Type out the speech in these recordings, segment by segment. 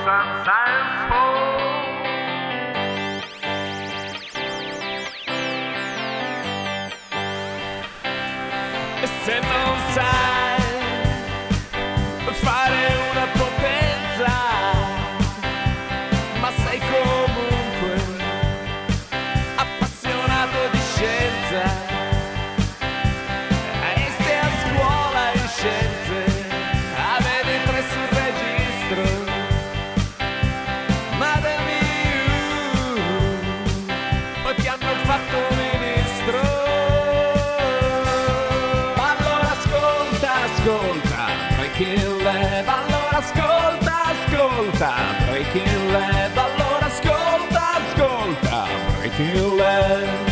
some science for. Se non sai fare una potenza, ma sei comunque appassionato di scienza e stai a scuola in scienze, avevi 3 sul registro, ma poi ti hanno fatto ministro. Ascolta, Breaking Lab, allora ascolta, Breaking Lab, allora ascolta, Breaking Lab.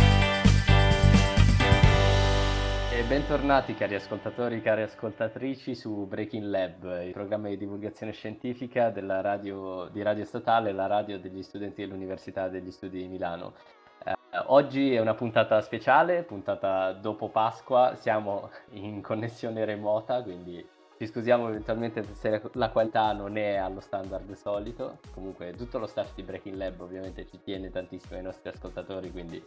E bentornati cari ascoltatori, cari ascoltatrici su Breaking Lab, il programma di divulgazione scientifica della radio, di Radio Statale, la radio degli studenti dell'Università degli Studi di Milano. Oggi è una puntata speciale, puntata dopo Pasqua, siamo in connessione remota, quindi ci scusiamo eventualmente se la qualità non è allo standard solito. Comunque tutto lo staff di Breaking Lab ovviamente ci tiene tantissimo ai nostri ascoltatori, quindi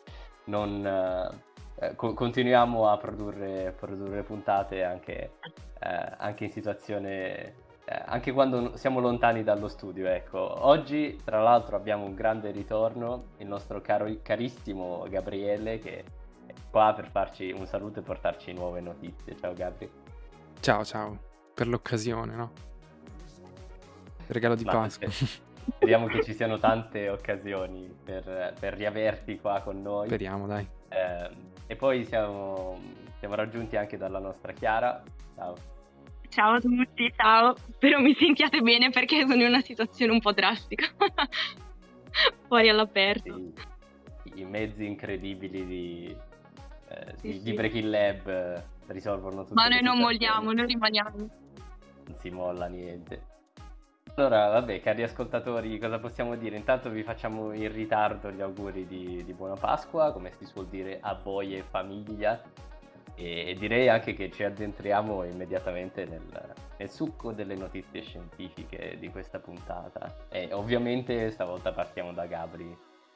continuiamo a produrre puntate anche in situazione... anche quando siamo lontani dallo studio, ecco. Oggi, tra l'altro, abbiamo un grande ritorno, il nostro carissimo Gabriele, che è qua per farci un saluto e portarci nuove notizie. Ciao Gabri. Ciao, per l'occasione, no? Regalo di Pasqua. Speriamo che ci siano tante occasioni per riaverti qua con noi. Speriamo, dai. E poi siamo raggiunti anche dalla nostra Chiara. Ciao. Ciao a tutti, ciao. Spero mi sentiate bene perché sono in una situazione un po' drastica. Fuori all'aperto. Sì, i mezzi incredibili di Sì. Breaking Lab risolvono tutto. Ma noi non molliamo, noi rimaniamo. Non si molla niente. Allora, vabbè, cari ascoltatori, cosa possiamo dire? Intanto vi facciamo in ritardo gli auguri di Buona Pasqua, come si suol dire a voi e famiglia. E direi anche che ci addentriamo immediatamente nel succo delle notizie scientifiche di questa puntata. E ovviamente stavolta partiamo da Gabri.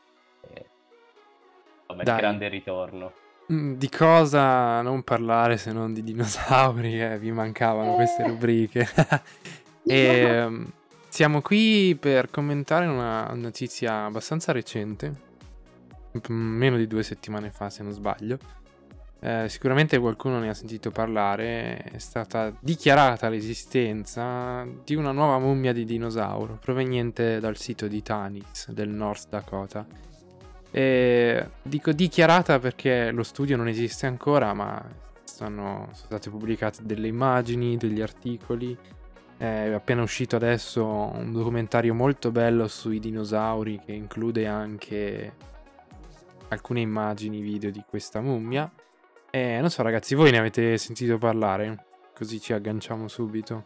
Il grande ritorno. Di cosa non parlare se non di dinosauri? Vi mancavano queste rubriche. E siamo qui per commentare una notizia abbastanza recente, meno di 2 settimane fa se non sbaglio. Sicuramente qualcuno ne ha sentito parlare. È stata dichiarata l'esistenza di una nuova mummia di dinosauro proveniente dal sito di Tanis del North Dakota. E dico dichiarata perché lo studio non esiste ancora, ma sono state pubblicate delle immagini, degli articoli. È appena uscito adesso un documentario molto bello sui dinosauri che include anche alcune immagini, video di questa mummia. Non so ragazzi, voi ne avete sentito parlare? Così ci agganciamo subito.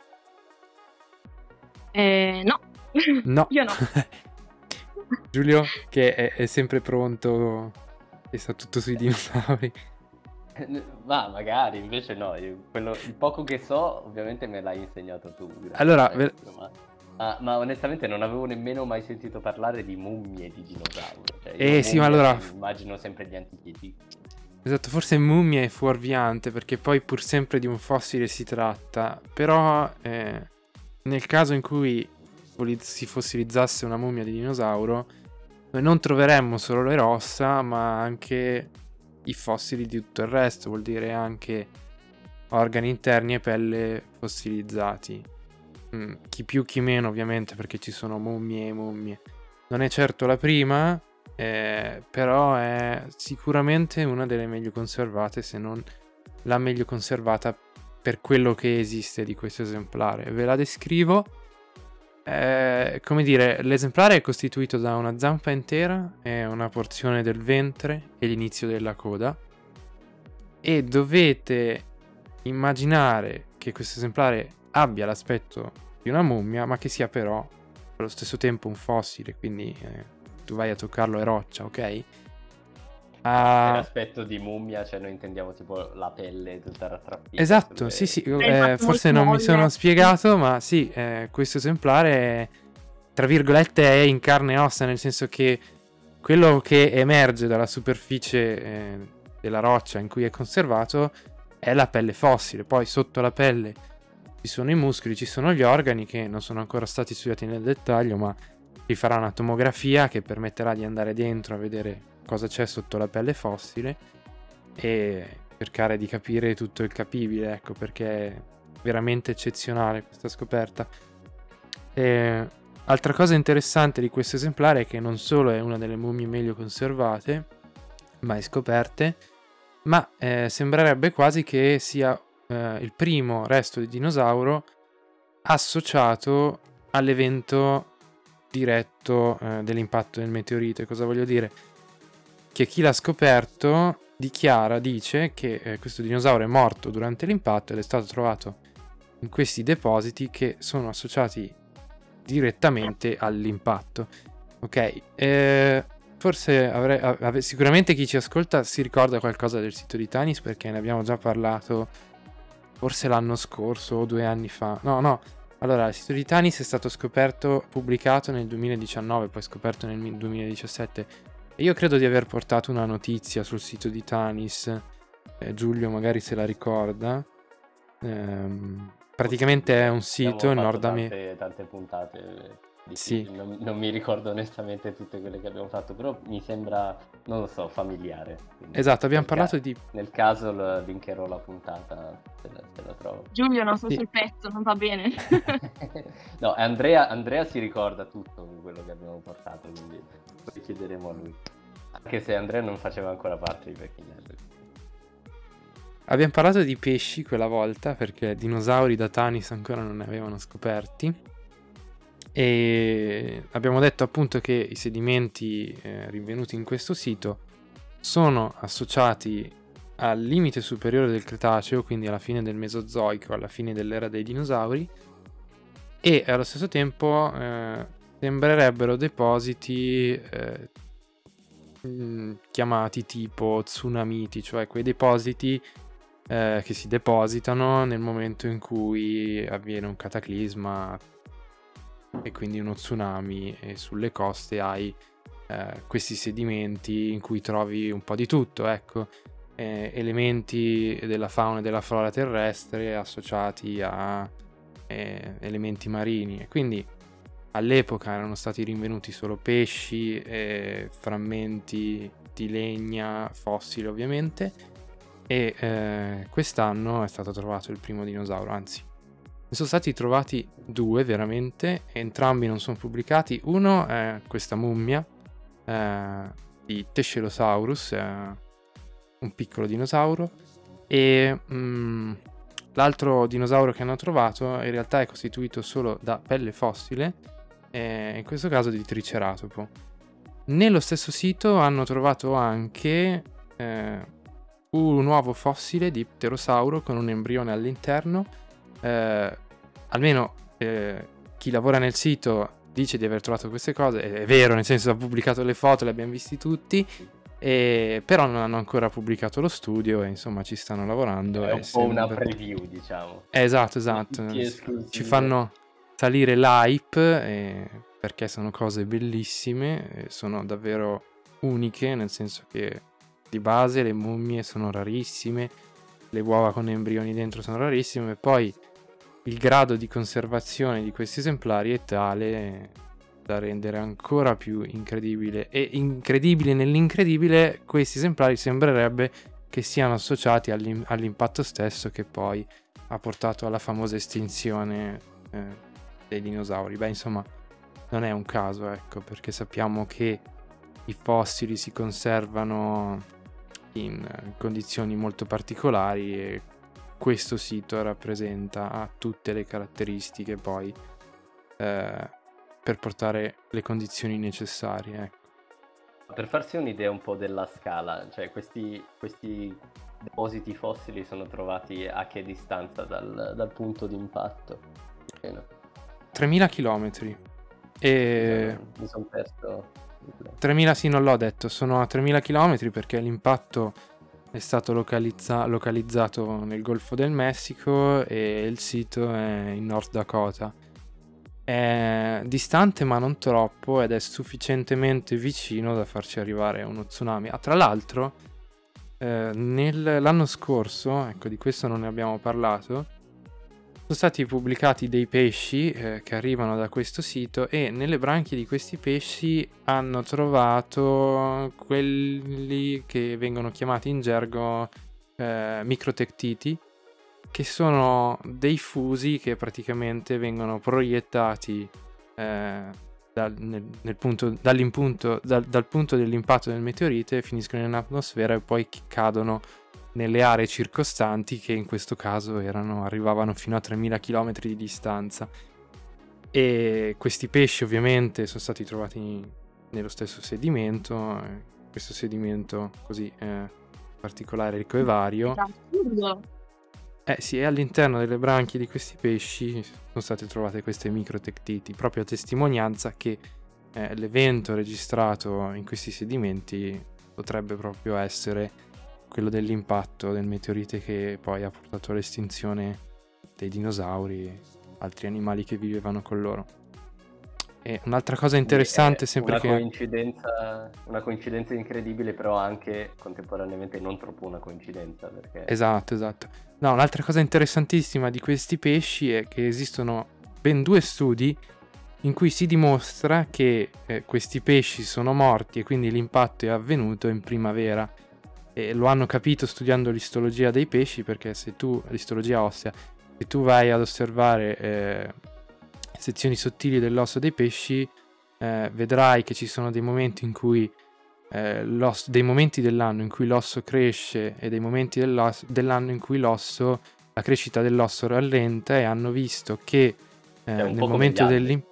No. No. Io no. Giulio, che è sempre pronto e sa tutto sui dinosauri. Ma magari, invece no, il poco che so ovviamente me l'hai insegnato tu. Allora, ma onestamente non avevo nemmeno mai sentito parlare di mummie di dinosauri. Sì, ma allora... Immagino sempre gli antichi. Esatto, forse mummia è fuorviante perché poi pur sempre di un fossile si tratta, però nel caso in cui si fossilizzasse una mummia di dinosauro noi non troveremmo solo le ossa ma anche i fossili di tutto il resto, vuol dire anche organi interni e pelle fossilizzati, chi più chi meno ovviamente perché ci sono mummie e mummie. Non è certo la prima, però è sicuramente una delle meglio conservate, se non la meglio conservata per quello che esiste di questo esemplare. Ve la descrivo. Come dire, l'esemplare è costituito da una zampa intera e una porzione del ventre e l'inizio della coda, e dovete immaginare che questo esemplare abbia l'aspetto di una mummia ma che sia però allo stesso tempo un fossile, quindi tu vai a toccarlo è roccia, ok? Per aspetto di mummia, cioè noi intendiamo tipo la pelle tutta rattrappita. Esatto, sì, forse non mi sono spiegato, ma sì, questo esemplare tra virgolette è in carne e ossa, nel senso che quello che emerge dalla superficie della roccia in cui è conservato è la pelle fossile. Poi sotto la pelle ci sono i muscoli, ci sono gli organi che non sono ancora stati studiati nel dettaglio, ma si farà una tomografia che permetterà di andare dentro a vedere cosa c'è sotto la pelle fossile e cercare di capire tutto il capibile, ecco, perché è veramente eccezionale questa scoperta. Altra cosa interessante di questo esemplare è che non solo è una delle mummie meglio conservate mai scoperte, ma sembrerebbe quasi che sia il primo resto di dinosauro associato all'evento diretto dell'impatto del meteorite. Cosa voglio dire? Che chi l'ha scoperto dice che questo dinosauro è morto durante l'impatto ed è stato trovato in questi depositi che sono associati direttamente all'impatto. Ok, forse sicuramente chi ci ascolta si ricorda qualcosa del sito di Tanis, perché ne abbiamo già parlato forse l'anno scorso o 2 anni fa. No, allora il sito di Tanis è stato pubblicato nel 2019, poi scoperto nel 2017, e io credo di aver portato una notizia sul sito di Tanis. Giulio magari se la ricorda. Praticamente è un sito in Nord America. Tante puntate. Sì. Non mi ricordo onestamente tutte quelle che abbiamo fatto, però mi sembra, non lo so, familiare. Esatto, abbiamo parlato di... Nel caso linkerò la puntata se la trovo. Giulio non sul pezzo, non va bene. No, Andrea si ricorda tutto quello che abbiamo portato, quindi poi chiederemo a lui. Anche se Andrea non faceva ancora parte di Breaking Lab. Abbiamo parlato di pesci quella volta, perché dinosauri da Tanis ancora non ne avevano scoperti. E abbiamo detto appunto che i sedimenti rinvenuti in questo sito sono associati al limite superiore del Cretaceo, quindi alla fine del Mesozoico, alla fine dell'era dei dinosauri, e allo stesso tempo sembrerebbero depositi chiamati tipo tsunamiti, cioè quei depositi che si depositano nel momento in cui avviene un cataclisma e quindi uno tsunami, e sulle coste hai questi sedimenti in cui trovi un po' di tutto, ecco, elementi della fauna e della flora terrestre associati a elementi marini, e quindi all'epoca erano stati rinvenuti solo pesci, frammenti di legna, fossili ovviamente, e quest'anno è stato trovato il primo dinosauro, anzi ne sono stati trovati 2 veramente, entrambi non sono pubblicati. Uno è questa mummia di Tescelosaurus, un piccolo dinosauro, e l'altro dinosauro che hanno trovato in realtà è costituito solo da pelle fossile, in questo caso di Triceratopo. Nello stesso sito hanno trovato anche un nuovo fossile di pterosauro con un embrione all'interno. Almeno chi lavora nel sito dice di aver trovato queste cose, è vero, nel senso ha pubblicato le foto, le abbiamo visti tutti, però non hanno ancora pubblicato lo studio e insomma ci stanno lavorando. È un po' una preview, diciamo. Esatto. Ci fanno salire l'hype perché sono cose bellissime, sono davvero uniche, nel senso che di base le mummie sono rarissime, le uova con embrioni dentro sono rarissime, e poi il grado di conservazione di questi esemplari è tale da rendere ancora più incredibile, e incredibile nell'incredibile questi esemplari sembrerebbe che siano associati all'impatto stesso che poi ha portato alla famosa estinzione dei dinosauri. Beh, insomma, non è un caso, ecco, perché sappiamo che i fossili si conservano in condizioni molto particolari e questo sito rappresenta tutte le caratteristiche poi per portare le condizioni necessarie, ecco. Per farsi un'idea un po' della scala, cioè questi depositi fossili sono trovati a che distanza dal punto di impatto? 3000 chilometri. E mi sono perso. 3000, sì, non l'ho detto, sono a 3000 km perché l'impatto è stato localizzato nel Golfo del Messico e il sito è in North Dakota. è distante ma non troppo ed è sufficientemente vicino da farci arrivare a uno tsunami. Tra l'altro, l'anno scorso, ecco, di questo non ne abbiamo parlato, sono stati pubblicati dei pesci che arrivano da questo sito e nelle branchie di questi pesci hanno trovato quelli che vengono chiamati in gergo microtectiti, che sono dei fusi che praticamente vengono proiettati dal punto dell'impatto del meteorite e finiscono in atmosfera e poi cadono nelle aree circostanti, che in questo caso arrivavano fino a 3000 km di distanza. E questi pesci ovviamente sono stati trovati nello stesso sedimento, questo sedimento così particolare, ricco e vario. Assurdo. Sì, e all'interno delle branchie di questi pesci sono state trovate queste microtectiti, proprio a testimonianza che l'evento registrato in questi sedimenti potrebbe proprio essere quello dell'impatto del meteorite che poi ha portato all'estinzione dei dinosauri e altri animali che vivevano con loro. E un'altra cosa interessante, sempre una coincidenza incredibile, però anche contemporaneamente non troppo una coincidenza, perché... Esatto. No, un'altra cosa interessantissima di questi pesci è che esistono ben 2 studi in cui si dimostra che questi pesci sono morti e quindi l'impatto è avvenuto in primavera. E lo hanno capito studiando l'istologia dei pesci, perché l'istologia ossea, se tu vai ad osservare sezioni sottili dell'osso dei pesci, vedrai che ci sono dei momenti in cui dei momenti dell'anno in cui l'osso cresce e dei momenti dell'anno in cui la crescita dell'osso rallenta, e hanno visto che nel momento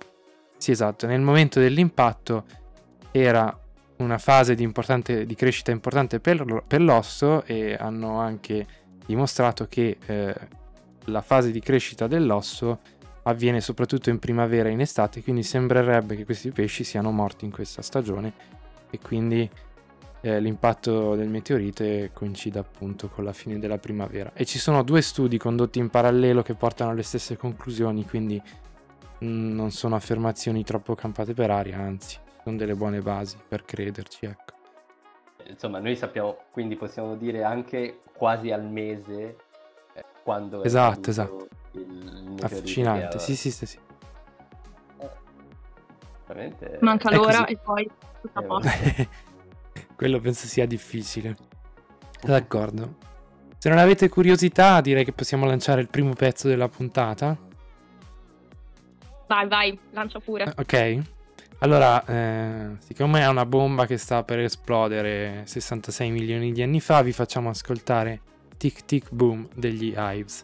nel momento dell'impatto era una fase di crescita importante per l'osso, e hanno anche dimostrato che la fase di crescita dell'osso avviene soprattutto in primavera e in estate, quindi sembrerebbe che questi pesci siano morti in questa stagione e quindi l'impatto del meteorite coincide appunto con la fine della primavera. E ci sono 2 studi condotti in parallelo che portano alle stesse conclusioni, quindi non sono affermazioni troppo campate per aria, anzi sono delle buone basi per crederci, ecco. Insomma, noi sappiamo, quindi possiamo dire anche quasi al mese quando esatto. il Affascinante, sì. Veramente Manca è l'ora così. e poi tutto a posto. Quello penso sia difficile. D'accordo. Se non avete curiosità, direi che possiamo lanciare il primo pezzo della puntata. Vai, lancia pure. Ok. Allora, siccome è una bomba che sta per esplodere 66 milioni di anni fa, vi facciamo ascoltare Tic Tic Boom degli Hives.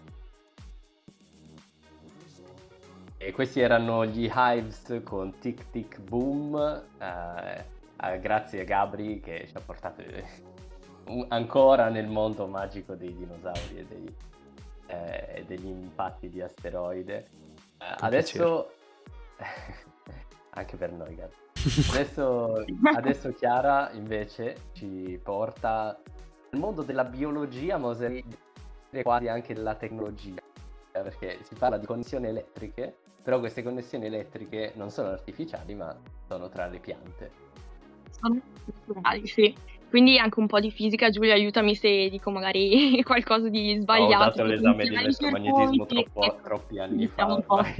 E questi erano gli Hives con Tic Tic Boom, grazie a Gabri che ci ha portato ancora nel mondo magico dei dinosauri e degli impatti di asteroide. Adesso anche per noi, Gabri. Adesso Chiara invece ci porta nel mondo della biologia, ma oserei dire quasi anche della tecnologia, perché si parla di connessioni elettriche, però queste connessioni elettriche non sono artificiali, ma sono tra le piante. Sono naturali, sì. Quindi anche un po' di fisica, Giulia, aiutami se dico magari qualcosa di sbagliato. Ho dato l'esame di elettromagnetismo troppi anni fa.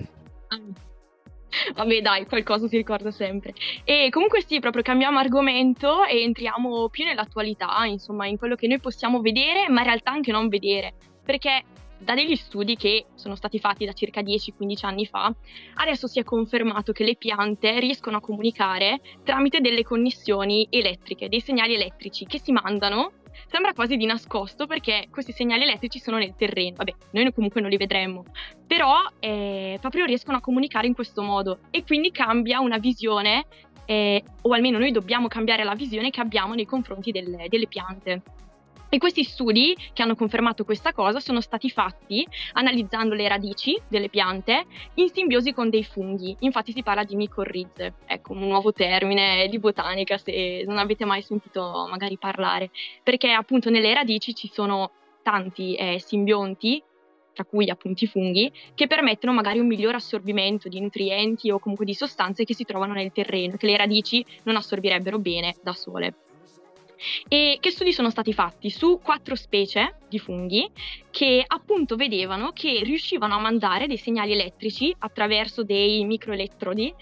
Vabbè dai, qualcosa si ricorda sempre. E comunque sì, proprio cambiamo argomento e entriamo più nell'attualità, insomma, in quello che noi possiamo vedere, ma in realtà anche non vedere. Perché da degli studi che sono stati fatti da circa 10-15 anni fa, adesso si è confermato che le piante riescono a comunicare tramite delle connessioni elettriche, dei segnali elettrici che si mandano. Sembra quasi di nascosto perché questi segnali elettrici sono nel terreno. Vabbè, noi comunque non li vedremo, però proprio riescono a comunicare in questo modo e quindi cambia una visione, o almeno noi dobbiamo cambiare la visione che abbiamo nei confronti delle piante. E questi studi che hanno confermato questa cosa sono stati fatti analizzando le radici delle piante in simbiosi con dei funghi. Infatti si parla di micorrize, ecco, un nuovo termine di botanica se non avete mai sentito magari parlare, perché appunto nelle radici ci sono tanti simbionti tra cui appunto i funghi, che permettono magari un miglior assorbimento di nutrienti o comunque di sostanze che si trovano nel terreno, che le radici non assorbirebbero bene da sole. E che studi sono stati fatti su 4 specie di funghi che appunto vedevano che riuscivano a mandare dei segnali elettrici attraverso dei microelettrodi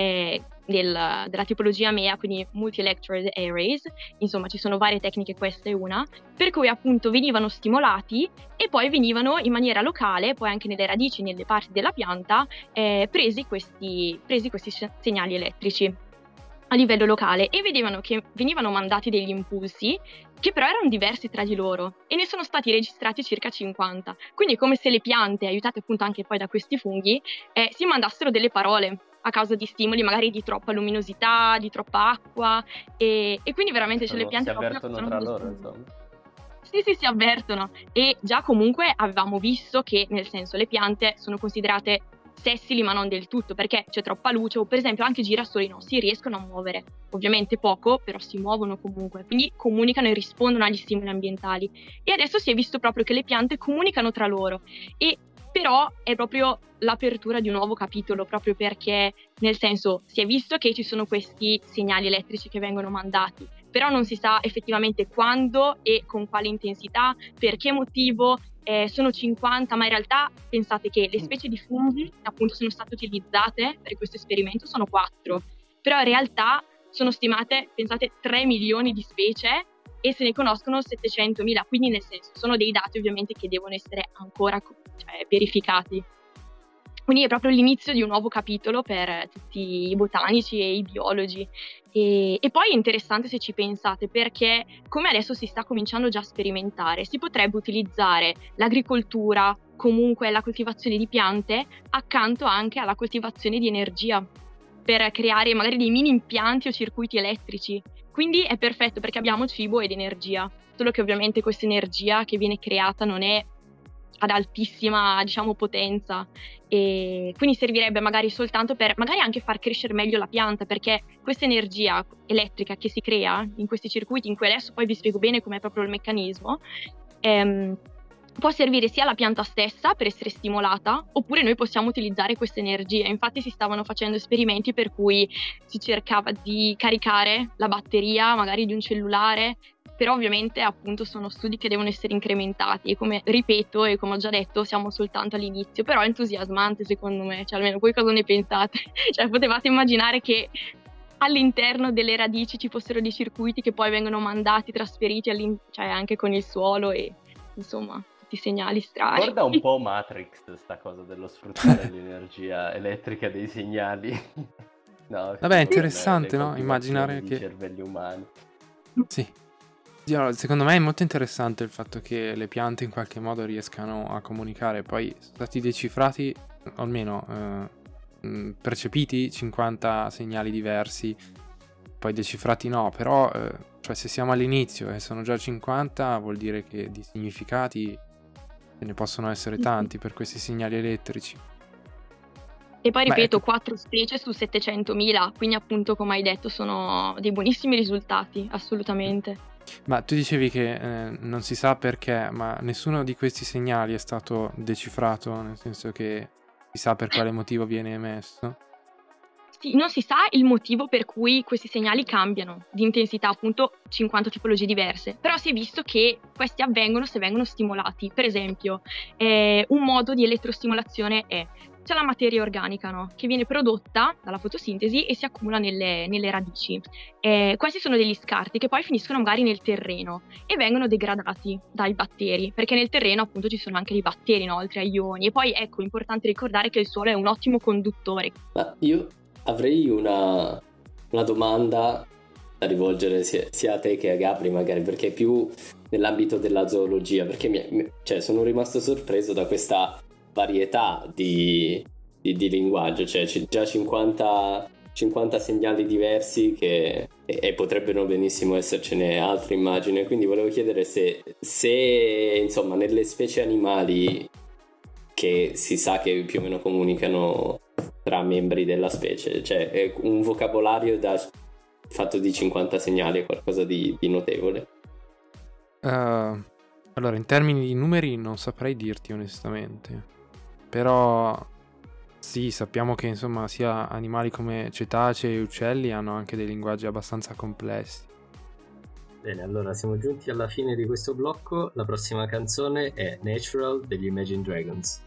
della tipologia MEA, quindi Multi-Electrode Arrays. Insomma, ci sono varie tecniche, questa è una, per cui appunto venivano stimolati e poi venivano in maniera locale, poi anche nelle radici, nelle parti della pianta, presi questi segnali elettrici a livello locale, e vedevano che venivano mandati degli impulsi che però erano diversi tra di loro, e ne sono stati registrati circa 50. Quindi è come se le piante, aiutate appunto anche poi da questi funghi, si mandassero delle parole a causa di stimoli magari di troppa luminosità, di troppa acqua, e quindi veramente le piante si avvertono tra loro, insomma. Sì, si avvertono, e già comunque avevamo visto che, nel senso, le piante sono considerate sessili ma non del tutto, perché c'è troppa luce, o per esempio anche i girasoli non si riescono a muovere, ovviamente poco, però si muovono comunque, quindi comunicano e rispondono agli stimoli ambientali. E adesso si è visto proprio che le piante comunicano tra loro, e però è proprio l'apertura di un nuovo capitolo, proprio perché, nel senso, si è visto che ci sono questi segnali elettrici che vengono mandati, però non si sa effettivamente quando e con quale intensità, per che motivo. Sono 50, ma in realtà pensate che le specie di funghi che appunto sono state utilizzate per questo esperimento sono 4, però in realtà sono stimate, pensate, 3 milioni di specie e se ne conoscono 700.000, quindi nel senso sono dei dati ovviamente che devono essere ancora verificati. Quindi è proprio l'inizio di un nuovo capitolo per tutti i botanici e i biologi. E poi è interessante se ci pensate, perché come adesso si sta cominciando già a sperimentare, si potrebbe utilizzare l'agricoltura, comunque la coltivazione di piante, accanto anche alla coltivazione di energia, per creare magari dei mini impianti o circuiti elettrici. Quindi è perfetto perché abbiamo cibo ed energia, solo che ovviamente questa energia che viene creata non è ad altissima, potenza, e quindi servirebbe magari soltanto per magari anche far crescere meglio la pianta, perché questa energia elettrica che si crea in questi circuiti, in cui adesso poi vi spiego bene com'è proprio il meccanismo, può servire sia alla pianta stessa per essere stimolata, oppure noi possiamo utilizzare questa energia. Infatti si stavano facendo esperimenti per cui si cercava di caricare la batteria magari di un cellulare, però ovviamente appunto sono studi che devono essere incrementati, e come ripeto e come ho già detto siamo soltanto all'inizio, però è entusiasmante secondo me, almeno voi cosa ne pensate? Potevate immaginare che all'interno delle radici ci fossero dei circuiti che poi vengono mandati, trasferiti anche con il suolo, e insomma tutti i segnali strani. Guarda un po' Matrix, sta cosa dello sfruttare l'energia elettrica dei segnali. No, vabbè, è interessante, no? Immaginare che cervelli umani. Sì. Secondo me è molto interessante il fatto che le piante in qualche modo riescano a comunicare. Poi sono stati decifrati, o almeno percepiti 50 segnali diversi, poi decifrati no, però se siamo all'inizio e sono già 50 vuol dire che di significati ce ne possono essere tanti per questi segnali elettrici. E poi ripeto, 4 specie su 700.000, quindi appunto come hai detto sono dei buonissimi risultati, assolutamente. Ma tu dicevi che non si sa perché, ma nessuno di questi segnali è stato decifrato, nel senso che si sa per quale motivo viene emesso? Sì, non si sa il motivo per cui questi segnali cambiano di intensità, appunto 50 tipologie diverse, però si è visto che questi avvengono se vengono stimolati. Per esempio, un modo di elettrostimolazione c'è la materia organica, no? Che viene prodotta dalla fotosintesi e si accumula nelle radici. Questi sono degli scarti che poi finiscono magari nel terreno e vengono degradati dai batteri, perché nel terreno appunto ci sono anche dei batteri, no? Oltre agli ioni. E poi ecco, è importante ricordare che il suolo è un ottimo conduttore. Ma io avrei una domanda da rivolgere sia a te che a Gabri magari, perché è più nell'ambito della zoologia, perché sono rimasto sorpreso da questa varietà di linguaggio, c'è già 50 segnali diversi e potrebbero benissimo essercene altri, immagino. Quindi volevo chiedere se insomma nelle specie animali che si sa che più o meno comunicano tra membri della specie, è un vocabolario fatto di 50 segnali è qualcosa di notevole. Allora, in termini di numeri non saprei dirti onestamente, però sì, sappiamo che insomma sia animali come cetacei e uccelli hanno anche dei linguaggi abbastanza complessi. Bene, allora siamo giunti alla fine di questo blocco. La prossima canzone è Natural degli Imagine Dragons.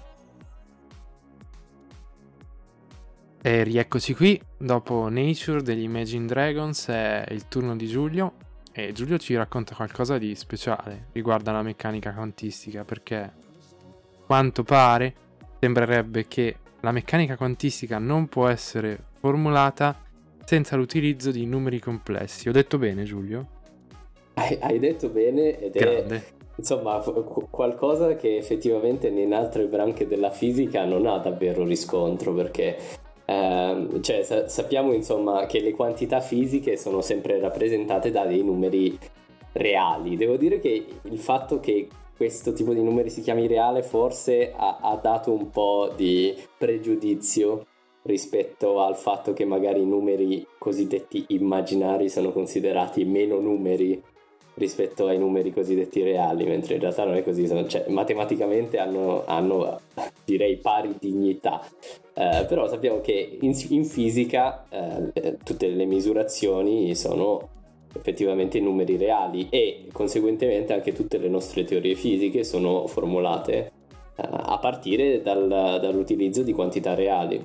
E rieccoci qui, dopo Nature degli Imagine Dragons è il turno di Giulio e Giulio ci racconta qualcosa di speciale riguardo alla meccanica quantistica, perché quanto pare sembrerebbe che la meccanica quantistica non può essere formulata senza l'utilizzo di numeri complessi. Ho detto bene, Giulio? Hai detto bene, ed Grande. è insomma qualcosa che effettivamente in altre branche della fisica non ha davvero riscontro, perché cioè, sappiamo insomma che le quantità fisiche sono sempre rappresentate da dei numeri reali. Devo dire che il fatto che questo tipo di numeri si chiami reale forse ha dato un po' di pregiudizio rispetto al fatto che magari i numeri cosiddetti immaginari sono considerati meno numeri rispetto ai numeri cosiddetti reali, mentre in realtà non è così, cioè, matematicamente hanno direi pari dignità. Però sappiamo che in fisica tutte le misurazioni sono effettivamente numeri reali e conseguentemente anche tutte le nostre teorie fisiche sono formulate a partire dall'utilizzo di quantità reali.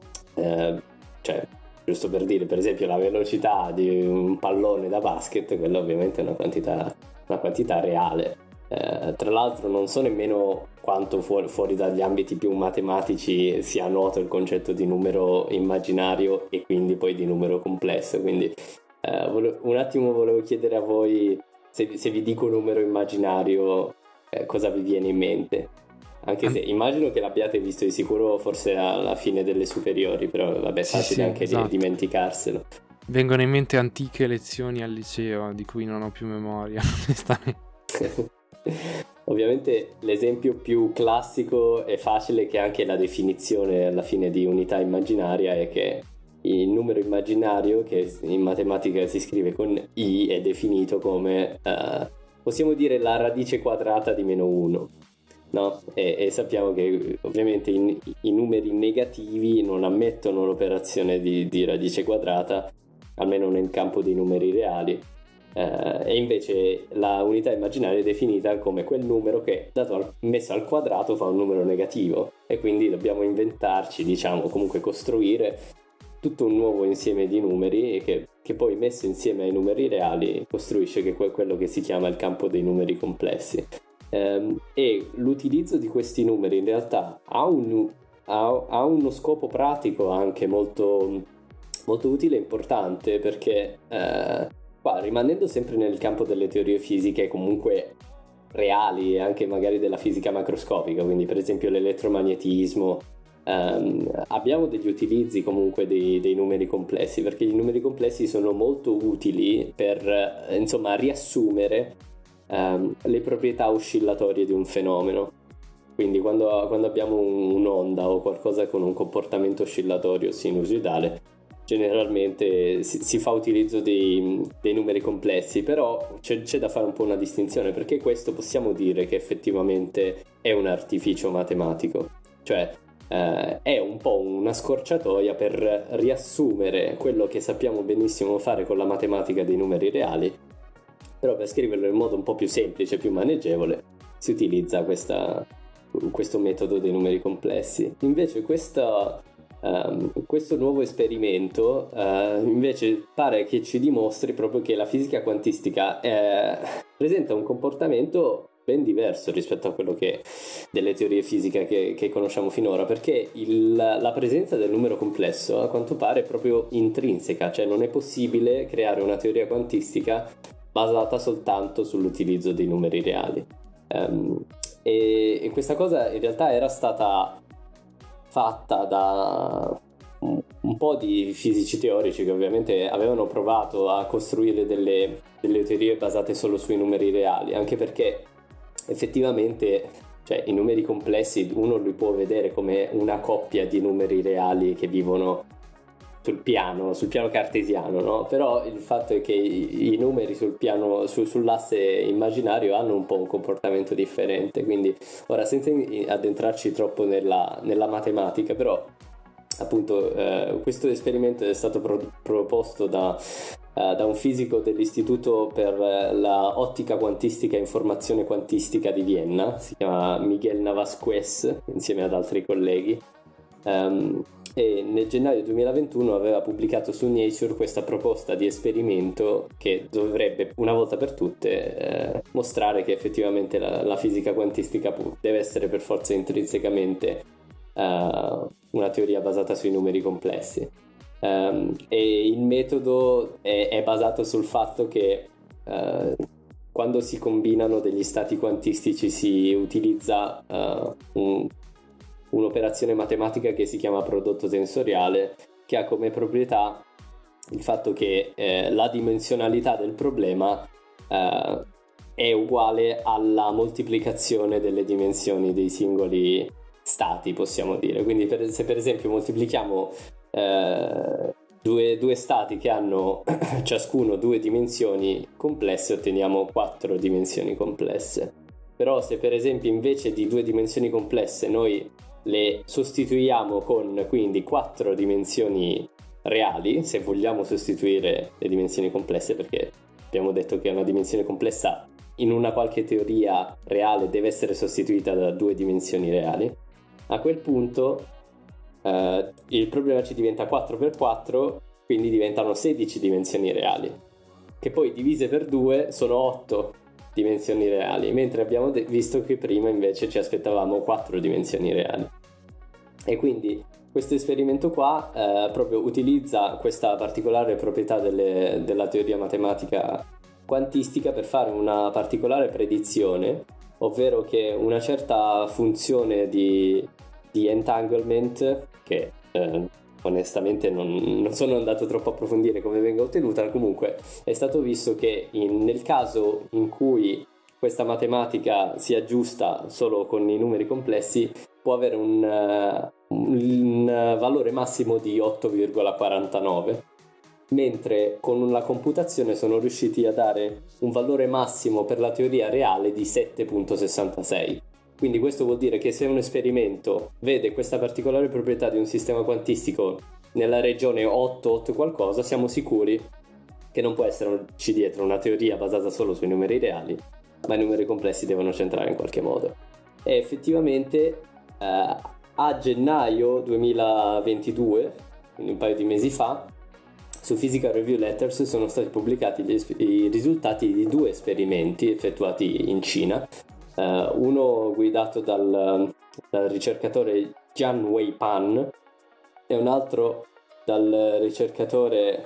Cioè, giusto per dire, per esempio la velocità di un pallone da basket, quella ovviamente è una quantità reale. Tra l'altro non so nemmeno quanto fuori dagli ambiti più matematici sia noto il concetto di numero immaginario e quindi poi di numero complesso, quindi un attimo volevo chiedere a voi se vi dico numero immaginario cosa vi viene in mente, anche se immagino che l'abbiate visto di sicuro forse alla fine delle superiori, però vabbè, è facile anche esatto. dimenticarselo. Vengono in mente antiche lezioni al liceo di cui non ho più memoria, onestamente. Ovviamente l'esempio più classico e facile, che è anche la definizione alla fine di unità immaginaria, è che il numero immaginario, che in matematica si scrive con i, è definito come possiamo dire la radice quadrata di meno 1, no? E sappiamo che ovviamente i numeri negativi non ammettono l'operazione di radice quadrata, almeno nel campo dei numeri reali. E invece la unità immaginaria è definita come quel numero che messo al quadrato fa un numero negativo, e quindi dobbiamo inventarci, diciamo, comunque costruire tutto un nuovo insieme di numeri che poi messo insieme ai numeri reali costruisce quello che si chiama il campo dei numeri complessi. E l'utilizzo di questi numeri in realtà ha uno scopo pratico anche molto, molto utile e importante, perché qua, rimanendo sempre nel campo delle teorie fisiche comunque reali e anche magari della fisica macroscopica, quindi per esempio l'elettromagnetismo, abbiamo degli utilizzi comunque dei numeri complessi, perché i numeri complessi sono molto utili per insomma riassumere le proprietà oscillatorie di un fenomeno. Quindi quando abbiamo un'onda o qualcosa con un comportamento oscillatorio sinusoidale, generalmente si fa utilizzo dei numeri complessi, però c'è da fare un po' una distinzione, perché questo possiamo dire che effettivamente è un artificio matematico, cioè è un po' una scorciatoia per riassumere quello che sappiamo benissimo fare con la matematica dei numeri reali, però per scriverlo in modo un po' più semplice, più maneggevole, si utilizza questo metodo dei numeri complessi. Invece questo nuovo esperimento invece pare che ci dimostri proprio che la fisica quantistica presenta un comportamento ben diverso rispetto a quello delle teorie fisiche che conosciamo finora, perché la presenza del numero complesso a quanto pare è proprio intrinseca, cioè non è possibile creare una teoria quantistica basata soltanto sull'utilizzo dei numeri reali. E questa cosa in realtà era stata fatta da un po' di fisici teorici che ovviamente avevano provato a costruire delle teorie basate solo sui numeri reali, anche perché effettivamente, cioè, i numeri complessi uno li può vedere come una coppia di numeri reali che vivono sul piano cartesiano, no? Però il fatto è che i numeri sul piano, sull'asse immaginario hanno un po' un comportamento differente, quindi ora senza addentrarci troppo nella matematica, però appunto questo esperimento è stato proposto da un fisico dell'Istituto per la ottica quantistica e informazione quantistica di Vienna, si chiama Miguel Navasquez, insieme ad altri colleghi. E nel gennaio 2021 aveva pubblicato su Nature questa proposta di esperimento che dovrebbe una volta per tutte mostrare che effettivamente la fisica quantistica deve essere per forza intrinsecamente una teoria basata sui numeri complessi. E il metodo è basato sul fatto che quando si combinano degli stati quantistici si utilizza un'operazione matematica che si chiama prodotto tensoriale, che ha come proprietà il fatto che la dimensionalità del problema è uguale alla moltiplicazione delle dimensioni dei singoli stati, possiamo dire. Quindi se per esempio moltiplichiamo due stati che hanno ciascuno 2 dimensioni complesse, otteniamo 4 dimensioni complesse. Però se per esempio invece di 2 dimensioni complesse noi le sostituiamo con quindi 4 dimensioni reali, se vogliamo sostituire le dimensioni complesse, perché abbiamo detto che una dimensione complessa in una qualche teoria reale deve essere sostituita da 2 dimensioni reali, a quel punto il problema ci diventa 4x4, quindi diventano 16 dimensioni reali, che poi divise per 2 sono 8 dimensioni reali, mentre abbiamo visto che prima invece ci aspettavamo 4 dimensioni reali. E quindi questo esperimento qua proprio utilizza questa particolare proprietà della teoria matematica quantistica per fare una particolare predizione, ovvero che una certa funzione di entanglement, che onestamente non sono andato troppo a approfondire come venga ottenuta, comunque è stato visto che nel caso in cui questa matematica sia giusta solo con i numeri complessi può avere un valore massimo di 8,49, mentre con la computazione sono riusciti a dare un valore massimo per la teoria reale di 7,66. Quindi questo vuol dire che se un esperimento vede questa particolare proprietà di un sistema quantistico nella regione 8 qualcosa, siamo sicuri che non può esserci dietro una teoria basata solo sui numeri reali, ma i numeri complessi devono c'entrare in qualche modo. E effettivamente a gennaio 2022, quindi un paio di mesi fa, su Physical Review Letters sono stati pubblicati i risultati di 2 esperimenti effettuati in Cina, uno guidato dal ricercatore Jian Wei Pan e un altro dal ricercatore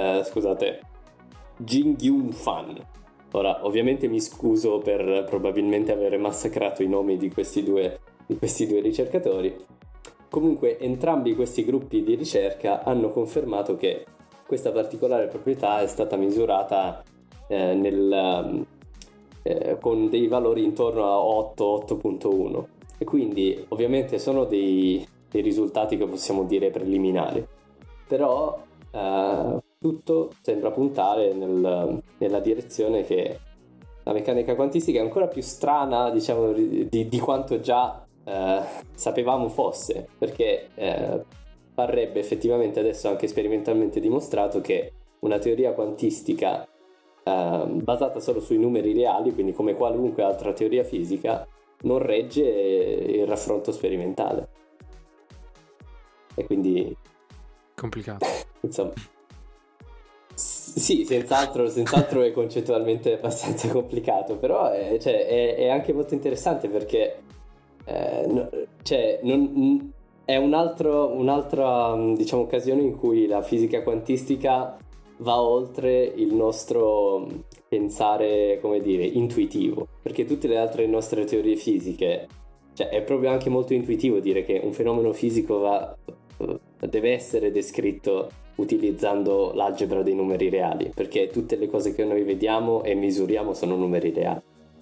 Jing-Yun Fan. Ora ovviamente mi scuso per probabilmente aver massacrato i nomi di questi due ricercatori. Comunque entrambi questi gruppi di ricerca hanno confermato che questa particolare proprietà è stata misurata con dei valori intorno a 8.1, e quindi ovviamente sono dei risultati che possiamo dire preliminari, però tutto sembra puntare nella direzione che la meccanica quantistica è ancora più strana, diciamo, di quanto già sapevamo fosse, perché parrebbe effettivamente adesso anche sperimentalmente dimostrato che una teoria quantistica basata solo sui numeri reali, quindi come qualunque altra teoria fisica, non regge il raffronto sperimentale. E quindi complicato. Insomma, sì, senz'altro è concettualmente abbastanza complicato, però è anche molto interessante perché è un'altra diciamo occasione in cui la fisica quantistica va oltre il nostro pensare, come dire, intuitivo, perché tutte le altre nostre teorie fisiche, cioè è proprio anche molto intuitivo dire che un fenomeno fisico deve essere descritto utilizzando l'algebra dei numeri reali, perché tutte le cose che noi vediamo e misuriamo sono numeri reali.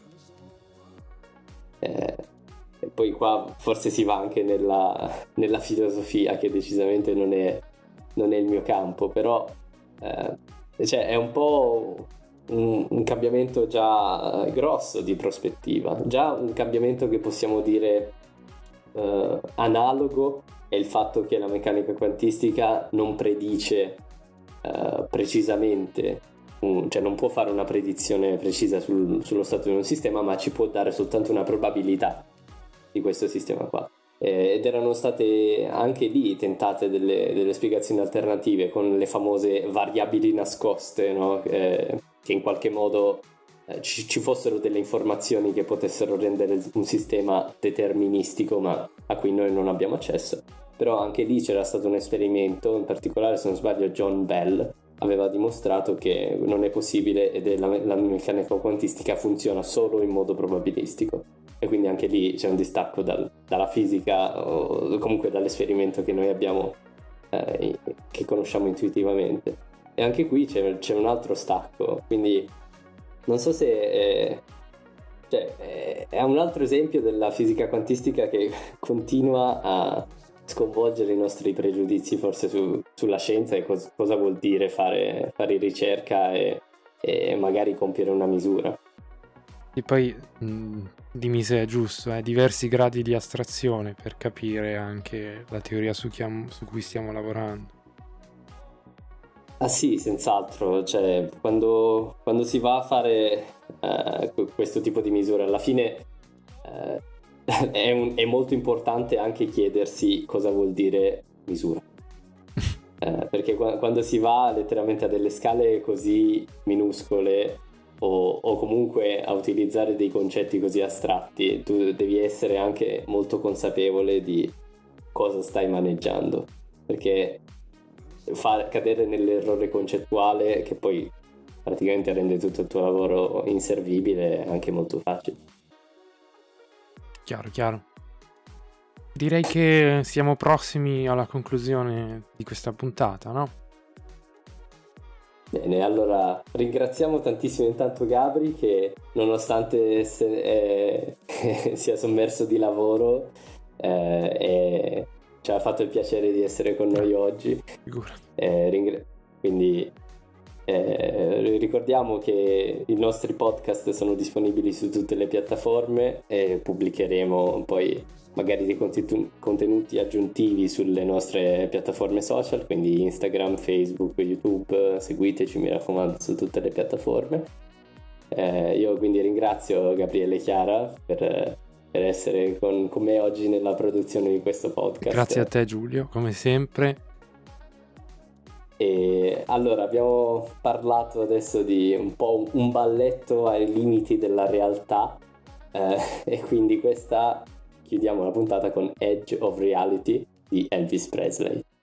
E poi qua forse si va anche nella filosofia, che decisamente non è non è il mio campo, però cioè, è un po' un cambiamento già grosso di prospettiva, già un cambiamento che possiamo dire analogo è il fatto che la meccanica quantistica non predice precisamente, cioè non può fare una predizione precisa sullo stato di un sistema, ma ci può dare soltanto una probabilità di questo sistema qua. Ed erano state anche lì tentate delle spiegazioni alternative con le famose variabili nascoste, no? Che in qualche modo ci fossero delle informazioni che potessero rendere un sistema deterministico, ma a cui noi non abbiamo accesso. Però anche lì c'era stato un esperimento, in particolare, se non sbaglio, John Bell aveva dimostrato che non è possibile, ed la meccanica quantistica funziona solo in modo probabilistico. E quindi anche lì c'è un distacco dalla fisica, o comunque dall'esperimento che noi abbiamo, che conosciamo intuitivamente. E anche qui c'è un altro stacco, quindi non so se è un altro esempio della fisica quantistica che continua a sconvolgere i nostri pregiudizi forse sulla scienza e cosa vuol dire fare ricerca e magari compiere una misura. E poi dimmi se è giusto, diversi gradi di astrazione per capire anche la teoria su cui stiamo lavorando. Ah sì, senz'altro, cioè quando si va a fare questo tipo di misure, alla fine è molto importante anche chiedersi cosa vuol dire misura. Perché quando si va letteralmente a delle scale così minuscole o comunque a utilizzare dei concetti così astratti, tu devi essere anche molto consapevole di cosa stai maneggiando, perché far cadere nell'errore concettuale che poi praticamente rende tutto il tuo lavoro inservibile è anche molto facile. Chiaro. Direi che siamo prossimi alla conclusione di questa puntata, no? Bene, allora ringraziamo tantissimo intanto Gabri che nonostante sia sommerso di lavoro e ci ha fatto il piacere di essere con noi oggi. Quindi ricordiamo che i nostri podcast sono disponibili su tutte le piattaforme e pubblicheremo poi magari dei contenuti aggiuntivi sulle nostre piattaforme social, quindi Instagram, Facebook, YouTube. Seguiteci, mi raccomando, su tutte le piattaforme. Io quindi ringrazio Gabriele e Chiara per essere con me oggi nella produzione di questo podcast. Grazie a te Giulio, come sempre. E allora abbiamo parlato adesso di un po' un balletto ai limiti della realtà, e quindi chiudiamo la puntata con Edge of Reality di Elvis Presley.